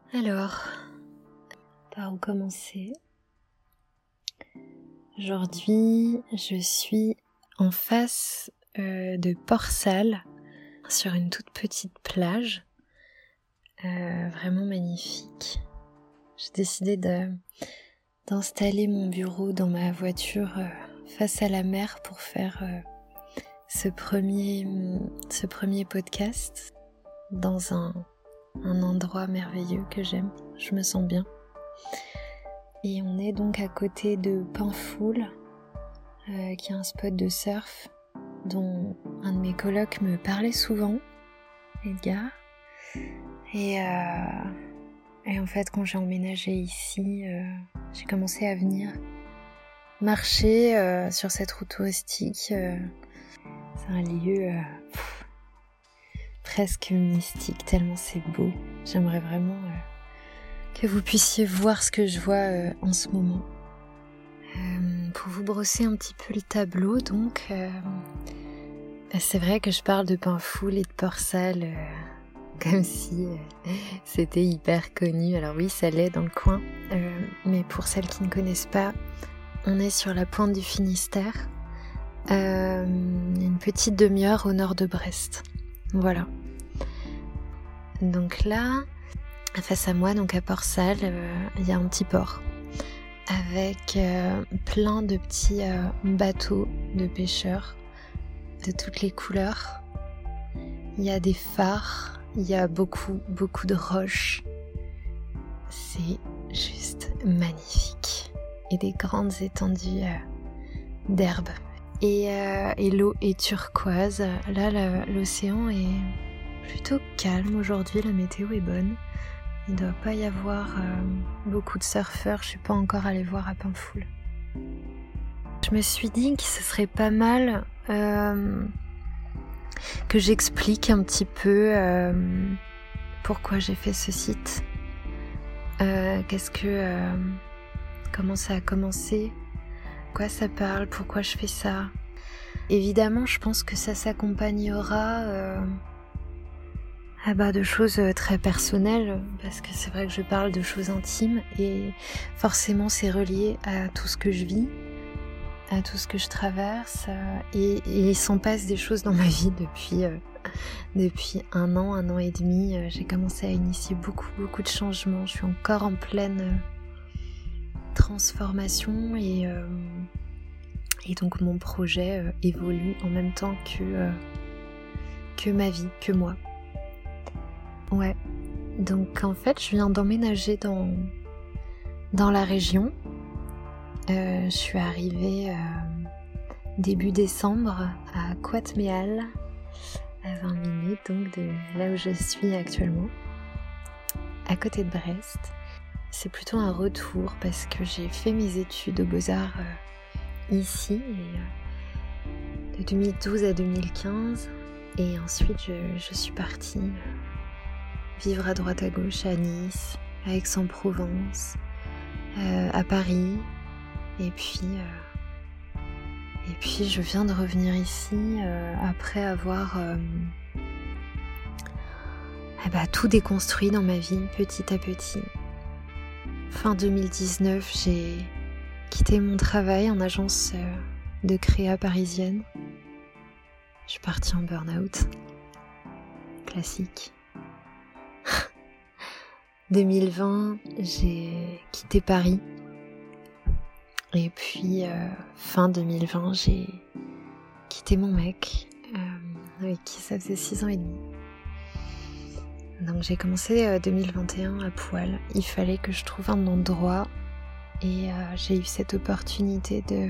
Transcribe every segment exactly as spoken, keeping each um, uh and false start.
Alors, par où commencer ? Aujourd'hui, je suis en face euh, de Port-Salle, sur une toute petite plage, euh, vraiment magnifique. J'ai décidé de, d'installer mon bureau dans ma voiture euh, face à la mer pour faire euh, ce premier, ce premier podcast dans un, un endroit merveilleux que j'aime. Je me sens bien. Et on est donc à côté de Pinfoul, euh, qui est un spot de surf dont un de mes colocs me parlait souvent, Edgar. Et, euh, et en fait, quand j'ai emménagé ici, euh, j'ai commencé à venir marcher euh, sur cette route touristique. Euh, c'est un lieu euh, pff, presque mystique, tellement c'est beau. J'aimerais vraiment euh, que vous puissiez voir ce que je vois euh, en ce moment. Euh, pour vous brosser un petit peu le tableau, donc, euh, c'est vrai que je parle de Pinfoul et de Port-Salle euh, comme si euh, c'était hyper connu. Alors oui, ça l'est dans le coin, euh, mais pour celles qui ne connaissent pas, on est sur la pointe du Finistère, euh, une petite demi-heure au nord de Brest. Voilà. Donc là, face à moi, donc à Port-Salle, euh, il y a un petit port avec euh, plein de petits euh, bateaux de pêcheurs de toutes les couleurs. Il y a des phares, il y a beaucoup, beaucoup de roches. C'est juste magnifique. Et des grandes étendues euh, d'herbe. Et, euh, et l'eau est turquoise. Là, la, l'océan est plutôt calme aujourd'hui, la météo est bonne. Il ne doit pas y avoir euh, beaucoup de surfeurs, je suis pas encore allée voir à Pinfoul. Je me suis dit que ce serait pas mal euh, que j'explique un petit peu euh, pourquoi j'ai fait ce site. Euh, qu'est-ce que... Euh, comment ça a commencé ? Quoi ça parle ? Pourquoi je fais ça ? Évidemment, je pense que ça s'accompagnera... Euh, Ah bah de choses très personnelles, parce que c'est vrai que je parle de choses intimes et forcément c'est relié à tout ce que je vis, à tout ce que je traverse et, et il s'en passe des choses dans ma vie depuis, euh, depuis un an, un an et demi. J'ai commencé à initier beaucoup beaucoup de changements, je suis encore en pleine transformation et, euh, et donc mon projet euh, évolue en même temps que, euh, que ma vie, que moi. Ouais, donc en fait je viens d'emménager dans, dans la région. Euh, je suis arrivée euh, début décembre à Coatméal, à vingt minutes donc de là où je suis actuellement, à côté de Brest. C'est plutôt un retour parce que j'ai fait mes études aux Beaux-Arts euh, ici et, euh, de deux mille douze à deux mille quinze et ensuite je, je suis partie vivre à droite à gauche à Nice, à Aix-en-Provence, euh, à Paris, et puis euh, et puis je viens de revenir ici euh, après avoir euh, eh ben, tout déconstruit dans ma vie petit à petit. Fin deux mille dix-neuf, j'ai quitté mon travail en agence euh, de créa parisienne. Je suis partie en burn-out, classique. deux mille vingt, j'ai quitté Paris et puis euh, fin deux mille vingt, j'ai quitté mon mec euh, avec qui ça faisait six ans et demi. Donc j'ai commencé euh, deux mille vingt et un à poil. Il fallait que je trouve un endroit et euh, j'ai eu cette opportunité de,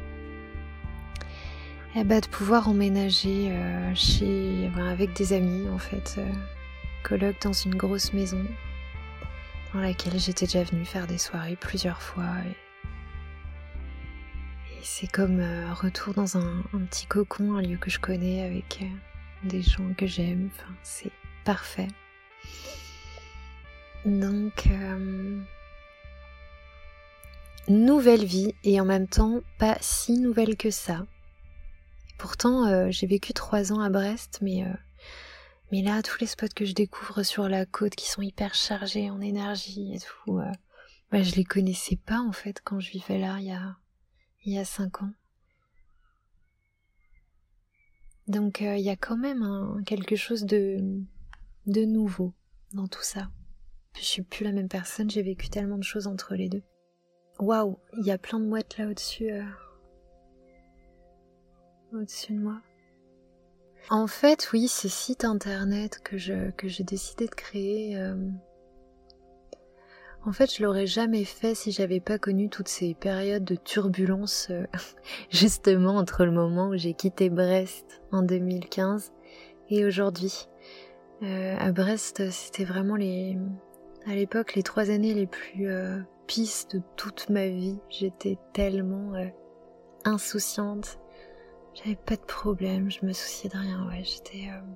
eh ben, de pouvoir emménager euh, chez, ben, avec des amis en fait, euh, coloc dans une grosse maison dans laquelle j'étais déjà venue faire des soirées plusieurs fois. Et, et c'est comme euh, retour dans un, un petit cocon, un lieu que je connais avec euh, des gens que j'aime. Enfin, c'est parfait. Donc, euh, nouvelle vie et en même temps pas si nouvelle que ça. Pourtant, euh, j'ai vécu trois ans à Brest, mais euh, Mais là, tous les spots que je découvre sur la côte qui sont hyper chargés en énergie et tout, euh, bah, je les connaissais pas en fait quand je vivais là il y a, il y a cinq ans. Donc il euh, y a quand même un, quelque chose de, de nouveau dans tout ça. Je suis plus la même personne, j'ai vécu tellement de choses entre les deux. Waouh, il y a plein de mouettes là au-dessus, euh, au-dessus de moi. En fait, oui, ce site internet que je que j'ai décidé de créer, euh, en fait, je l'aurais jamais fait si j'avais pas connu toutes ces périodes de turbulence, euh, justement entre le moment où j'ai quitté Brest en deux mille quinze et aujourd'hui. Euh, à Brest, c'était vraiment les, à l'époque, les trois années les plus euh, pisses de toute ma vie. J'étais tellement euh, insouciante. J'avais pas de problème, je me souciais de rien, ouais, j'étais... Euh...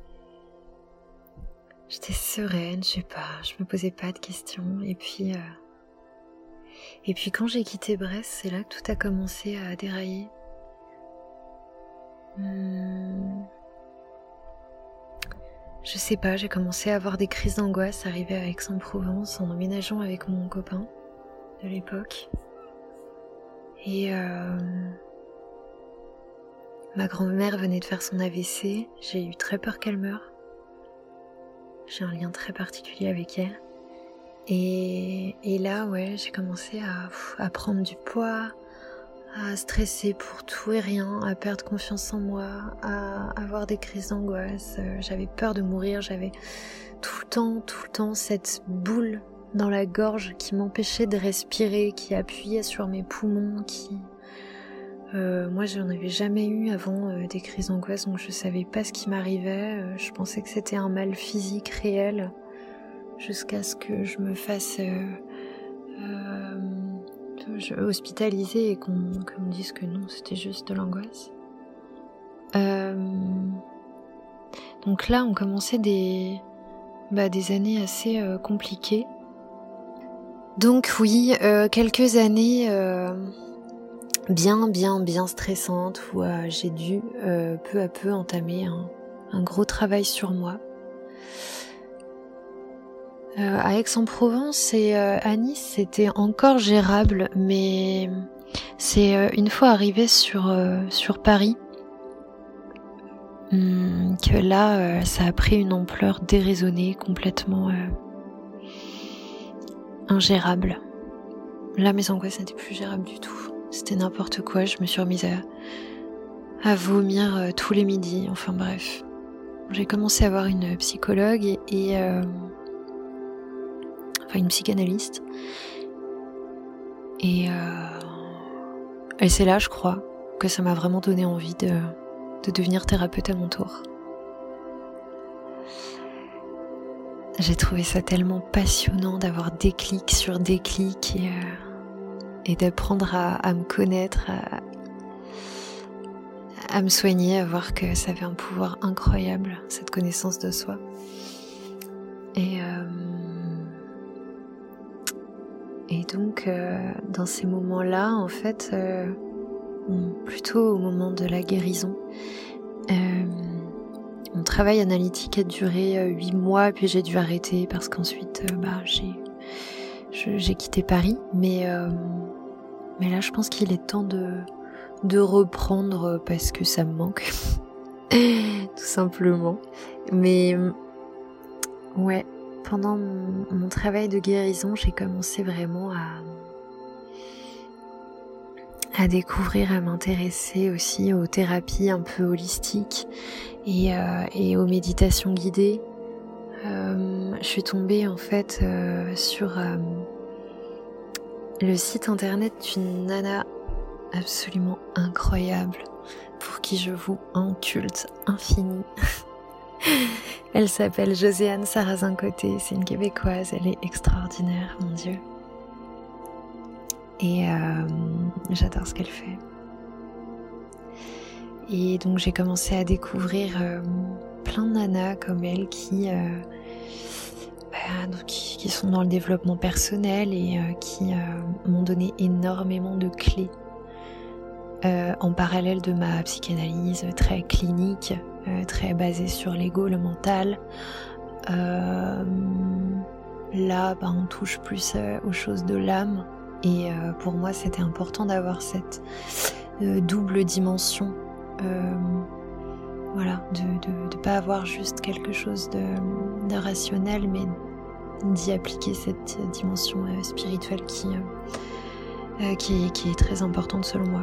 J'étais sereine, je sais pas, je me posais pas de questions, et puis... Euh... Et puis quand j'ai quitté Brest, c'est là que tout a commencé à dérailler. Hum... Je sais pas, j'ai commencé à avoir des crises d'angoisse arrivées à Aix-en-Provence en emménageant avec mon copain de l'époque. Et... Euh... Ma grand-mère venait de faire son A V C, j'ai eu très peur qu'elle meure. J'ai un lien très particulier avec elle. Et, et là, ouais, j'ai commencé à, à prendre du poids, à stresser pour tout et rien, à perdre confiance en moi, à avoir des crises d'angoisse. J'avais peur de mourir, j'avais tout le temps, tout le temps cette boule dans la gorge qui m'empêchait de respirer, qui appuyait sur mes poumons, qui... Euh, moi, j'en avais jamais eu avant euh, des crises d'angoisse, donc je savais pas ce qui m'arrivait. Euh, je pensais que c'était un mal physique réel, jusqu'à ce que je me fasse euh, euh, hospitaliser et qu'on, qu'on me dise que non, c'était juste de l'angoisse. Euh, donc là, on commençait des, bah, des années assez euh, compliquées. Donc oui, euh, quelques années... Euh, bien bien bien stressante où euh, j'ai dû euh, peu à peu entamer un, un gros travail sur moi. Euh, à Aix-en-Provence et euh, à Nice, c'était encore gérable, mais c'est euh, une fois arrivé sur euh, sur Paris hum, que là euh, ça a pris une ampleur déraisonnée, complètement euh, ingérable. Là, mes angoisses n'étaient plus gérables du tout. C'était n'importe quoi, je me suis remise à, à vomir euh, tous les midis, enfin bref. J'ai commencé à voir une psychologue et, et euh, enfin une psychanalyste. Et, euh, et c'est là, je crois, que ça m'a vraiment donné envie de, de devenir thérapeute à mon tour. J'ai trouvé ça tellement passionnant d'avoir des clics sur des clics et... Euh, et d'apprendre à, à me connaître, à, à me soigner, à voir que ça avait un pouvoir incroyable, cette connaissance de soi. Et, euh, et donc, euh, dans ces moments-là, en fait, euh, plutôt au moment de la guérison, euh, mon travail analytique a duré huit mois, puis j'ai dû arrêter parce qu'ensuite, euh, bah, j'ai, je, j'ai quitté Paris, mais... Euh, Mais là, je pense qu'il est temps de, de reprendre parce que ça me manque. Tout simplement. Mais ouais, pendant mon, mon travail de guérison, j'ai commencé vraiment à, à découvrir, à m'intéresser aussi aux thérapies un peu holistiques et, euh, et aux méditations guidées. Euh, je suis tombée en fait euh, sur... Euh, le site internet d'une nana absolument incroyable pour qui je voue un culte infini. Elle s'appelle Josiane Sarrazin-Côté, c'est une Québécoise, elle est extraordinaire, mon Dieu. Et euh, j'adore ce qu'elle fait. Et donc j'ai commencé à découvrir euh, plein de nanas comme elle qui... Euh, Donc, qui, qui sont dans le développement personnel et euh, qui euh, m'ont donné énormément de clés euh, en parallèle de ma psychanalyse très clinique, euh, très basée sur l'ego, le mental. Euh, là, bah, on touche plus euh, aux choses de l'âme. Et euh, pour moi, c'était important d'avoir cette euh, double dimension. Euh, voilà, de ne pas avoir juste quelque chose de, de rationnel, mais d'y appliquer cette dimension euh, spirituelle qui, euh, euh, qui, est, qui est très importante selon moi.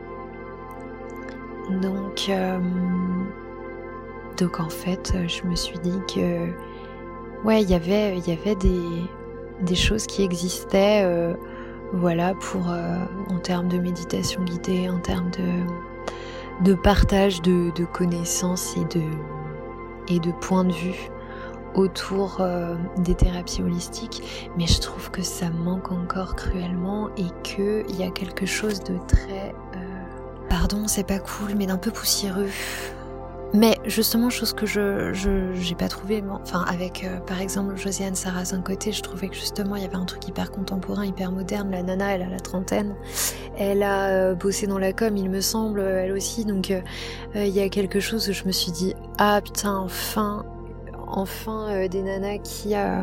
Donc, euh, donc en fait, je me suis dit que ouais, il y avait, il y avait des, des choses qui existaient, euh, voilà, pour euh, en termes de méditation guidée, en termes de, de partage de, de connaissances et de, et de points de vue autour euh, des thérapies holistiques, mais je trouve que ça manque encore cruellement et qu'il y a quelque chose de très... Euh, pardon, c'est pas cool, mais d'un peu poussiéreux. Mais justement, chose que je je j'ai pas trouvé, enfin avec euh, par exemple Josiane Sarrazin d'un côté, je trouvais que justement il y avait un truc hyper contemporain, hyper moderne. La nana, elle a la trentaine, elle a euh, bossé dans la com, il me semble, elle aussi. Donc il euh, euh, y a quelque chose où je me suis dit ah putain, enfin, enfin euh, des nanas qui euh,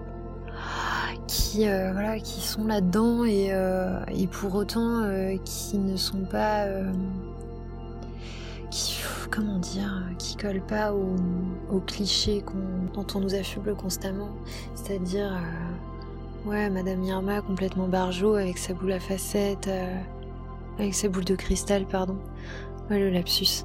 qui euh, voilà, qui sont là-dedans et euh, et pour autant euh, qui ne sont pas euh, qui comment dire, qui collent pas aux, aux clichés qu'on, dont on nous affuble constamment, c'est-à-dire euh, ouais, Madame Irma complètement barjot avec sa boule à facettes, euh, avec sa boule de cristal, pardon, ouais, le lapsus.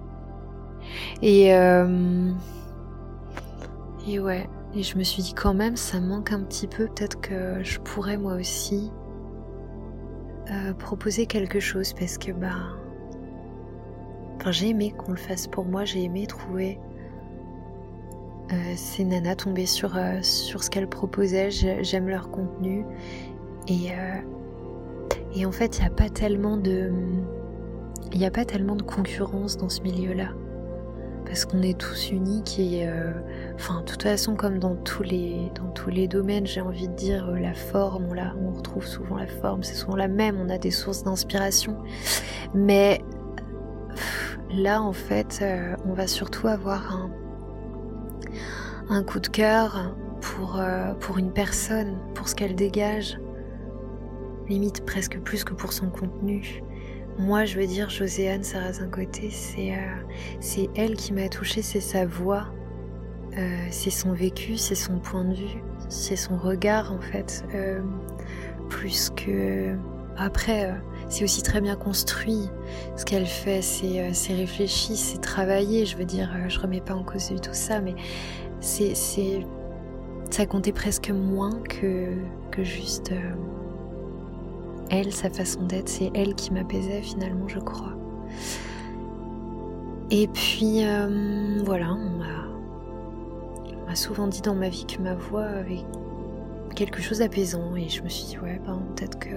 Et euh, et ouais, et je me suis dit quand même ça manque un petit peu, peut-être que je pourrais moi aussi euh, proposer quelque chose parce que bah Enfin, j'ai aimé qu'on le fasse pour moi, j'ai aimé trouver euh, ces nanas, tomber sur, euh, sur ce qu'elles proposaient, j'aime leur contenu. Et, euh, et en fait, il n'y a pas tellement de... Il n'y a pas tellement de concurrence dans ce milieu-là. Parce qu'on est tous uniques et... Euh, enfin, de toute façon, comme dans tous les, dans tous les domaines, j'ai envie de dire, euh, la forme, on, la, on retrouve souvent la forme, c'est souvent la même, on a des sources d'inspiration. Mais... Là, en fait, euh, on va surtout avoir un, un coup de cœur pour, euh, pour une personne, pour ce qu'elle dégage, limite presque plus que pour son contenu. Moi, je veux dire, Josiane Sarrazin côté, c'est euh, c'est elle qui m'a touchée, c'est sa voix, euh, c'est son vécu, c'est son point de vue, c'est son regard, en fait, euh, plus que... Après... Euh, c'est aussi très bien construit, ce qu'elle fait, c'est, euh, c'est réfléchi, c'est travaillé, je veux dire, euh, je remets pas en cause du tout ça, mais c'est, c'est, ça comptait presque moins que, que juste euh, elle, sa façon d'être, c'est elle qui m'apaisait finalement, je crois. Et puis, euh, voilà, on m'a, on m'a souvent dit dans ma vie que ma voix avait quelque chose d'apaisant, et je me suis dit, ouais, ben, peut-être que...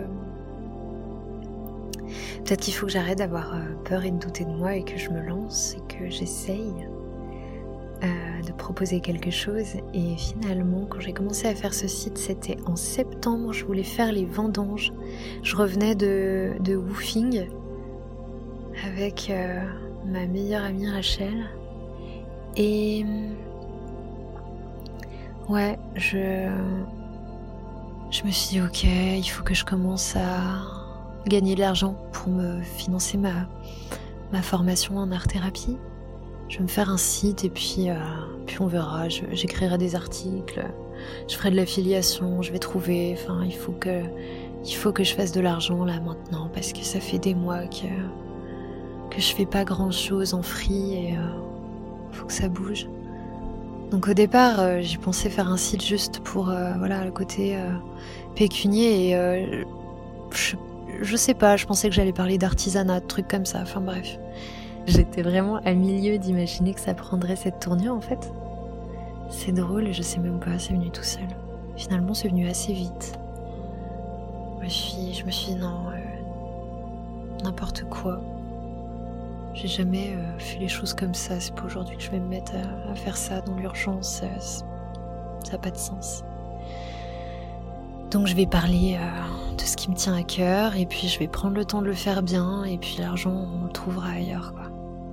Peut-être qu'il faut que j'arrête d'avoir peur et de douter de moi et que je me lance et que j'essaye euh, de proposer quelque chose. Et finalement, quand j'ai commencé à faire ce site, c'était en septembre, je voulais faire les vendanges. Je revenais de, de woofing avec euh, ma meilleure amie Rachel. Et ouais, je, je me suis dit ok, il faut que je commence à gagner de l'argent pour me financer ma, ma formation en art-thérapie. Je vais me faire un site et puis, euh, puis on verra, je, j'écrirai des articles, je ferai de l'affiliation, je vais trouver, enfin il faut que, il faut que je fasse de l'argent là maintenant parce que ça fait des mois que, que je fais pas grand chose en free et il euh, faut que ça bouge. Donc au départ euh, j'ai pensé faire un site juste pour euh, voilà, le côté euh, pécunier et euh, je Je sais pas, je pensais que j'allais parler d'artisanat, de trucs comme ça, enfin bref. J'étais vraiment à milieu d'imaginer que ça prendrait cette tournure en fait. C'est drôle et je sais même pas, c'est venu tout seul. Finalement c'est venu assez vite. Je me suis, je me suis dit non, euh, n'importe quoi. J'ai jamais euh, fait les choses comme ça, c'est pas aujourd'hui que je vais me mettre à, à faire ça dans l'urgence, euh, ça n'a pas de sens. Donc je vais parler euh, de ce qui me tient à cœur et puis je vais prendre le temps de le faire bien et puis l'argent on le trouvera ailleurs quoi.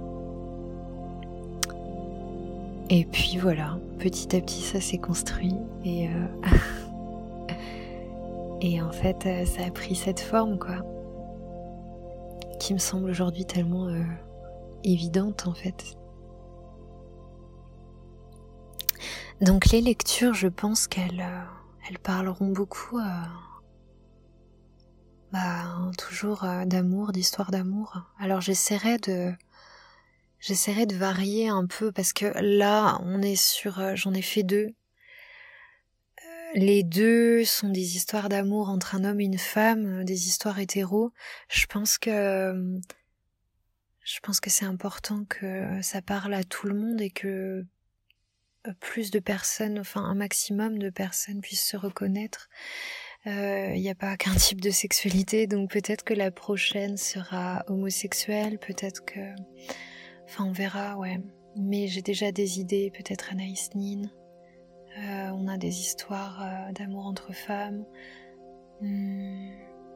Et puis voilà, petit à petit ça s'est construit et euh... et en fait euh, ça a pris cette forme quoi, qui me semble aujourd'hui tellement euh, évidente en fait. Donc les lectures, je pense qu'elles euh, elles parleront beaucoup euh, bah, toujours euh, d'amour, d'histoire d'amour. Alors j'essaierai de j'essaierai de varier un peu parce que là on est sur euh, j'en ai fait deux. Euh, les deux sont des histoires d'amour entre un homme et une femme, euh, des histoires hétéros. Je pense que euh, je pense que c'est important que ça parle à tout le monde et que plus de personnes, enfin un maximum de personnes puissent se reconnaître. Il euh, n'y a pas qu'un type de sexualité, donc peut-être que la prochaine sera homosexuelle, peut-être que... Enfin on verra, ouais. Mais j'ai déjà des idées, peut-être Anaïs Nin. Euh, on a des histoires euh, d'amour entre femmes. Hum...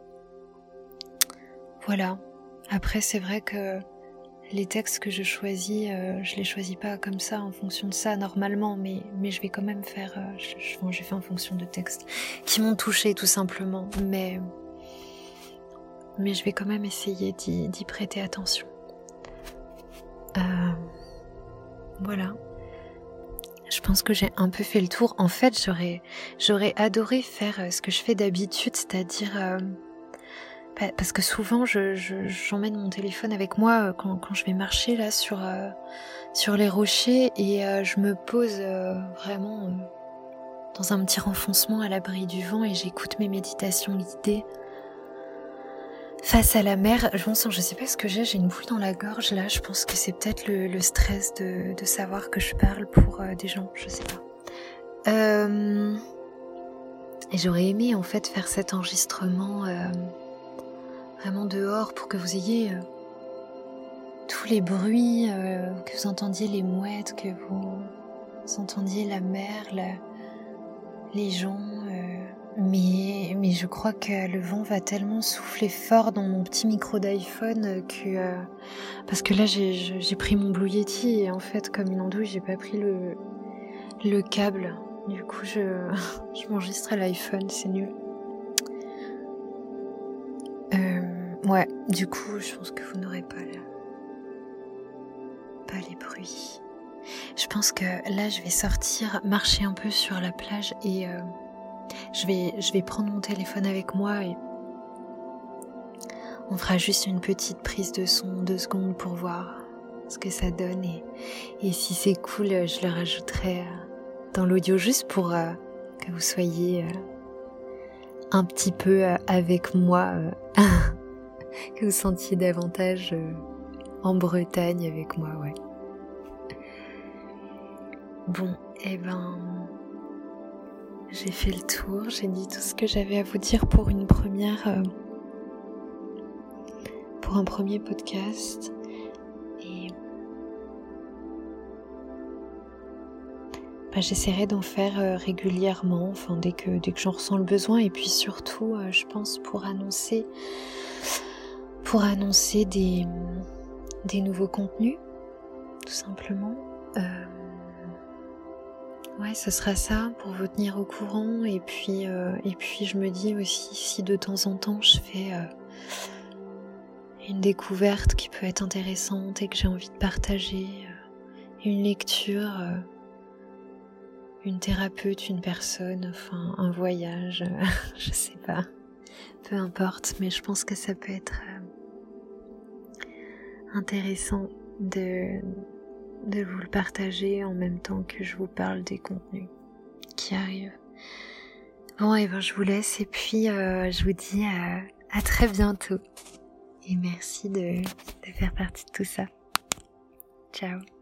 Voilà. Après c'est vrai que les textes que je choisis, euh, je les choisis pas comme ça, en fonction de ça, normalement, mais, mais je vais quand même faire... Euh, je, je, bon, j'ai fait en fonction de textes qui m'ont touchée, tout simplement, mais, mais je vais quand même essayer d'y, d'y prêter attention. Euh, voilà. Je pense que j'ai un peu fait le tour. En fait, j'aurais, j'aurais adoré faire ce que je fais d'habitude, c'est-à-dire... Euh, parce que souvent je, je, j'emmène mon téléphone avec moi quand, quand je vais marcher là sur, euh, sur les rochers et euh, je me pose euh, vraiment euh, dans un petit renfoncement à l'abri du vent et j'écoute mes méditations guidées face à la mer. Je, sens, je sais pas ce que j'ai, j'ai une boule dans la gorge là, je pense que c'est peut-être le, le stress de, de savoir que je parle pour euh, des gens, je sais pas. Euh, et j'aurais aimé en fait faire cet enregistrement... Euh, vraiment dehors pour que vous ayez euh, tous les bruits, euh, que vous entendiez les mouettes, que vous, vous entendiez la mer, la, les gens. Euh, mais, mais je crois que le vent va tellement souffler fort dans mon petit micro d'iPhone que... Euh, parce que là j'ai, j'ai pris mon Blue Yeti et en fait comme une andouille j'ai pas pris le, le câble. Du coup je, je m'enregistre à l'iPhone, c'est nul. Ouais, du coup, je pense que vous n'aurez pas le... pas les bruits. Je pense que là, je vais sortir, marcher un peu sur la plage et euh, je vais, je vais prendre mon téléphone avec moi et on fera juste une petite prise de son, deux secondes pour voir ce que ça donne et, et si c'est cool, je le rajouterai dans l'audio juste pour euh, que vous soyez euh, un petit peu euh, avec moi. Euh, que vous sentiez davantage euh, en Bretagne avec moi, ouais. Bon, eh ben, j'ai fait le tour, j'ai dit tout ce que j'avais à vous dire pour une première, euh, pour un premier podcast. Et bah, j'essaierai d'en faire euh, régulièrement, enfin dès que dès que j'en ressens le besoin, et puis surtout, euh, je pense pour annoncer. pour annoncer des, des nouveaux contenus, tout simplement. Euh, ouais, ce sera ça, pour vous tenir au courant. Et puis, euh, et puis je me dis aussi, si de temps en temps je fais euh, une découverte qui peut être intéressante et que j'ai envie de partager, euh, une lecture, euh, une thérapeute, une personne, enfin un voyage, euh, je sais pas, peu importe, mais je pense que ça peut être... Euh, intéressant de, de vous le partager en même temps que je vous parle des contenus qui arrivent. Bon, et ben je vous laisse et puis euh, je vous dis à, à très bientôt. Et merci de, de faire partie de tout ça. Ciao.